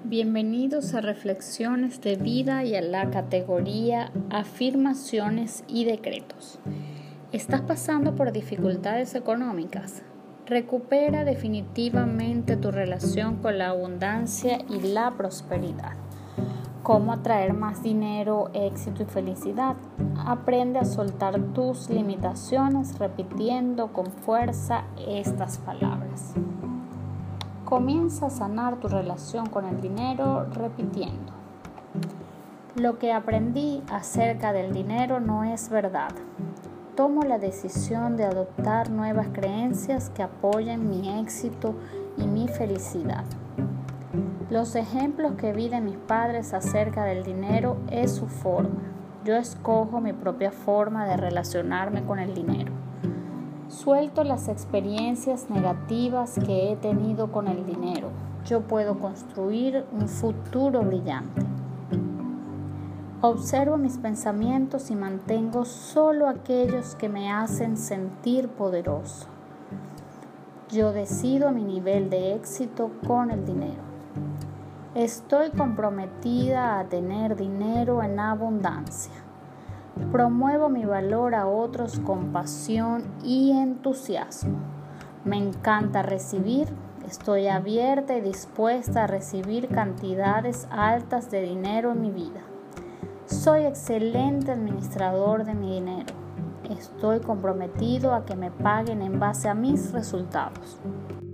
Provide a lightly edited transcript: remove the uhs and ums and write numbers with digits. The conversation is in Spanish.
Bienvenidos a Reflexiones de Vida y a la categoría Afirmaciones y Decretos. ¿Estás pasando por dificultades económicas? Recupera definitivamente tu relación con la abundancia y la prosperidad. ¿Cómo atraer más dinero, éxito y felicidad? Aprende a soltar tus limitaciones repitiendo con fuerza estas palabras. Comienza a sanar tu relación con el dinero repitiendo: lo que aprendí acerca del dinero no es verdad. Tomo la decisión de adoptar nuevas creencias que apoyen mi éxito y mi felicidad. Los ejemplos que vi de mis padres acerca del dinero es su forma. Yo escojo mi propia forma de relacionarme con el dinero. Suelto las experiencias negativas que he tenido con el dinero. Yo puedo construir un futuro brillante. Observo mis pensamientos y mantengo solo aquellos que me hacen sentir poderoso. Yo decido mi nivel de éxito con el dinero. Estoy comprometida a tener dinero en abundancia. Promuevo mi valor a otros con pasión y entusiasmo. Me encanta recibir. Estoy abierta y dispuesta a recibir cantidades altas de dinero en mi vida. Soy excelente administrador de mi dinero. Estoy comprometido a que me paguen en base a mis resultados.